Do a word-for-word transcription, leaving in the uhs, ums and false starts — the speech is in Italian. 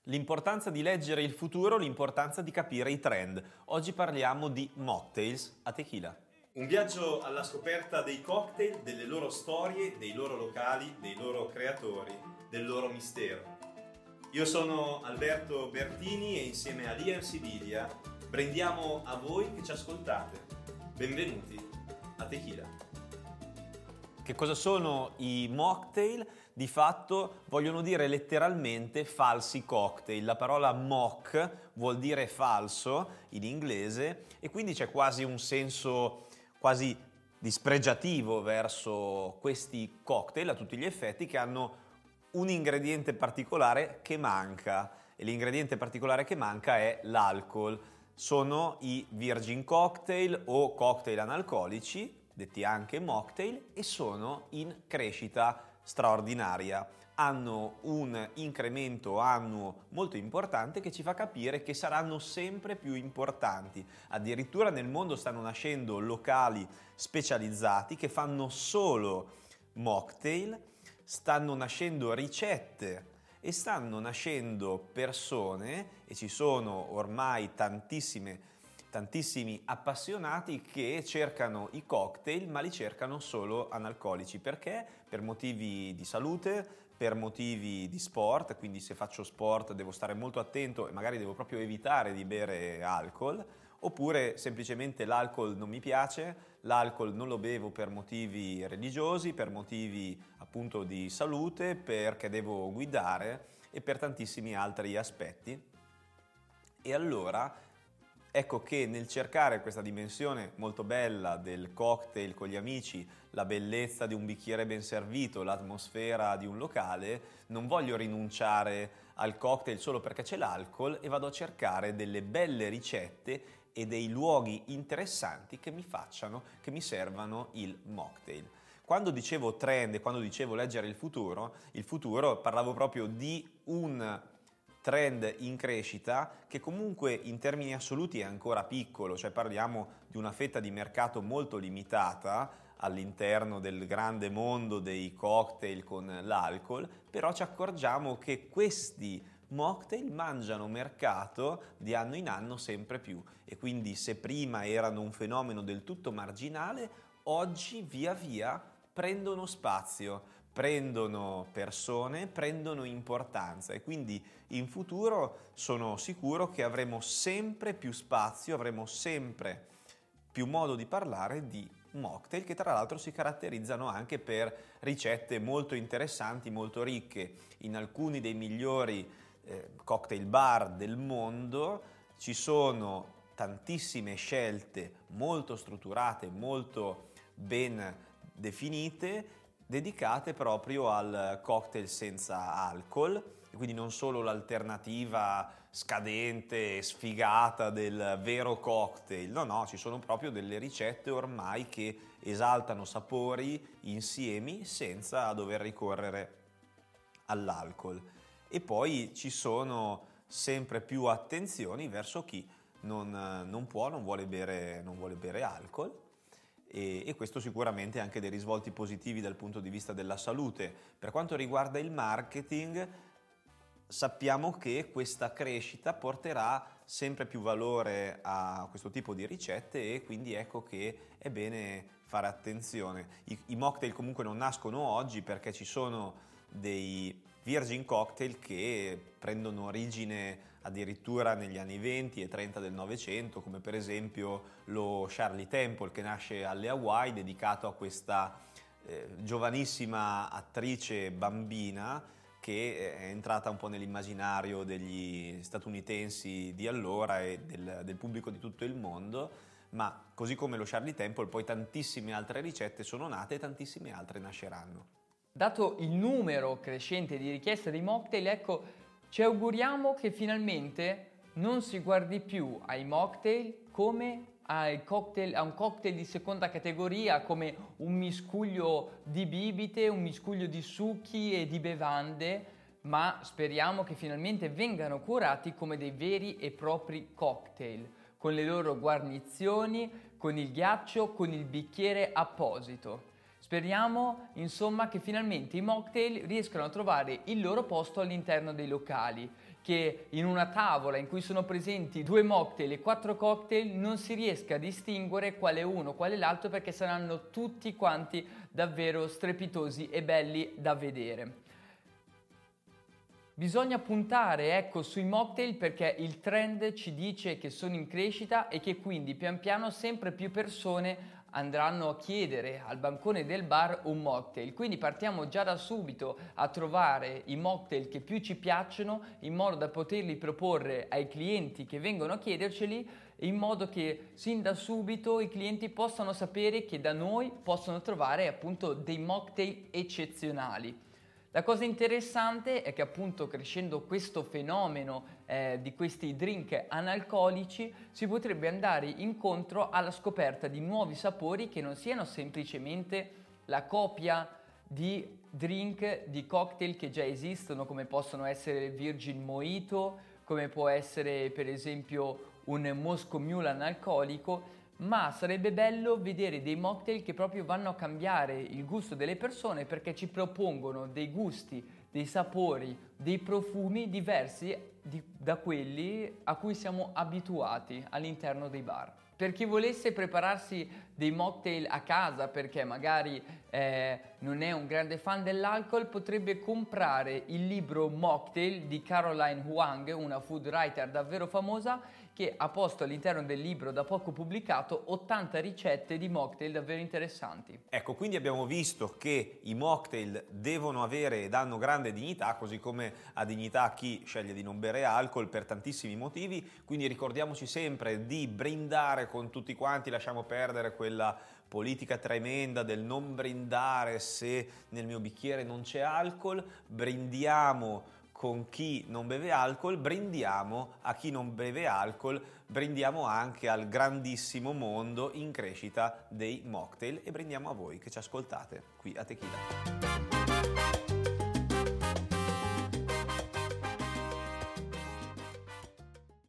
L'importanza di leggere il futuro, l'importanza di capire i trend. Oggi parliamo di mocktails a tequila. Un viaggio alla scoperta dei cocktail, delle loro storie, dei loro locali, dei loro creatori, del loro mistero. Io sono Alberto Bertini e insieme a Liam Sibilia brindiamo a voi che ci ascoltate. Benvenuti a Tequila. Che cosa sono i mocktail? Di fatto vogliono dire letteralmente falsi cocktail. La parola mock vuol dire falso in inglese e quindi c'è quasi un senso quasi dispregiativo verso questi cocktail a tutti gli effetti, che hanno un ingrediente particolare che manca, e l'ingrediente particolare che manca è l'alcol. Sono i virgin cocktail o cocktail analcolici, detti anche mocktail, e sono in crescita straordinaria. Hanno un incremento annuo molto importante che ci fa capire che saranno sempre più importanti. Addirittura nel mondo stanno nascendo locali specializzati che fanno solo mocktail, stanno nascendo ricette e stanno nascendo persone, e ci sono ormai tantissime tantissimi appassionati che cercano i cocktail, ma li cercano solo analcolici. Perché? Per motivi di salute, per motivi di sport, quindi se faccio sport devo stare molto attento e magari devo proprio evitare di bere alcol, oppure semplicemente l'alcol non mi piace, l'alcol non lo bevo per motivi religiosi, per motivi appunto di salute, perché devo guidare e per tantissimi altri aspetti. E allora ecco che nel cercare questa dimensione molto bella del cocktail con gli amici, la bellezza di un bicchiere ben servito, l'atmosfera di un locale, non voglio rinunciare al cocktail solo perché c'è l'alcol e vado a cercare delle belle ricette e dei luoghi interessanti che mi facciano, che mi servano il mocktail. Quando dicevo trend e quando dicevo leggere il futuro, il futuro parlavo proprio di un trend in crescita che comunque in termini assoluti è ancora piccolo, cioè parliamo di una fetta di mercato molto limitata all'interno del grande mondo dei cocktail con l'alcol, però ci accorgiamo che questi mocktail mangiano mercato di anno in anno sempre più, e quindi se prima erano un fenomeno del tutto marginale, oggi via via prendono spazio, prendono persone, prendono importanza, e quindi in futuro sono sicuro che avremo sempre più spazio, avremo sempre più modo di parlare di mocktail, che tra l'altro si caratterizzano anche per ricette molto interessanti, molto ricche. In alcuni dei migliori eh, cocktail bar del mondo ci sono tantissime scelte molto strutturate, molto ben definite, dedicate proprio al cocktail senza alcol, e quindi non solo l'alternativa scadente e sfigata del vero cocktail, no no, ci sono proprio delle ricette ormai che esaltano sapori insiemi senza dover ricorrere all'alcol. E poi ci sono sempre più attenzioni verso chi non, non può, non vuole bere, non vuole bere alcol. E, e questo sicuramente ha anche dei risvolti positivi dal punto di vista della salute. Per quanto riguarda il marketing, sappiamo che questa crescita porterà sempre più valore a questo tipo di ricette, e quindi ecco che è bene fare attenzione. I, i mocktail comunque non nascono oggi, perché ci sono dei virgin cocktail che prendono origine addirittura negli anni venti e trenta del Novecento, come per esempio lo Shirley Temple, che nasce alle Hawaii, dedicato a questa eh, giovanissima attrice bambina che è entrata un po' nell'immaginario degli statunitensi di allora e del, del pubblico di tutto il mondo. Ma così come lo Shirley Temple, poi tantissime altre ricette sono nate e tantissime altre nasceranno. Dato il numero crescente di richieste dei mocktail, ecco, ci auguriamo che finalmente non si guardi più ai mocktail come ai cocktail, a un cocktail di seconda categoria, come un miscuglio di bibite, un miscuglio di succhi e di bevande, ma speriamo che finalmente vengano curati come dei veri e propri cocktail, con le loro guarnizioni, con il ghiaccio, con il bicchiere apposito. Speriamo, insomma, che finalmente i mocktail riescano a trovare il loro posto all'interno dei locali, che in una tavola in cui sono presenti due mocktail e quattro cocktail non si riesca a distinguere quale è uno, quale è l'altro, perché saranno tutti quanti davvero strepitosi e belli da vedere. Bisogna puntare, ecco, sui mocktail perché il trend ci dice che sono in crescita e che quindi pian piano sempre più persone andranno a chiedere al bancone del bar un mocktail. Quindi partiamo già da subito a trovare i mocktail che più ci piacciono, in modo da poterli proporre ai clienti che vengono a chiederceli, in modo che sin da subito i clienti possano sapere che da noi possono trovare appunto dei mocktail eccezionali. La cosa interessante è che appunto crescendo questo fenomeno eh, di questi drink analcolici si potrebbe andare incontro alla scoperta di nuovi sapori che non siano semplicemente la copia di drink, di cocktail che già esistono, come possono essere il Virgin Mojito, come può essere per esempio un Moscow Mule analcolico, ma sarebbe bello vedere dei mocktail che proprio vanno a cambiare il gusto delle persone, perché ci propongono dei gusti, dei sapori, dei profumi diversi di, da quelli a cui siamo abituati all'interno dei bar. Per chi volesse prepararsi dei mocktail a casa perché magari eh, non è un grande fan dell'alcol, potrebbe comprare il libro Mocktail di Caroline Huang, una food writer davvero famosa, che ha posto all'interno del libro da poco pubblicato ottanta ricette di mocktail davvero interessanti. Ecco, quindi abbiamo visto che i mocktail devono avere e danno grande dignità, così come ha dignità chi sceglie di non bere alcol per tantissimi motivi, quindi ricordiamoci sempre di brindare con tutti quanti, lasciamo perdere quella politica tremenda del non brindare se nel mio bicchiere non c'è alcol, brindiamo con chi non beve alcol, brindiamo a chi non beve alcol, brindiamo anche al grandissimo mondo in crescita dei mocktail e brindiamo a voi che ci ascoltate qui a Tequila.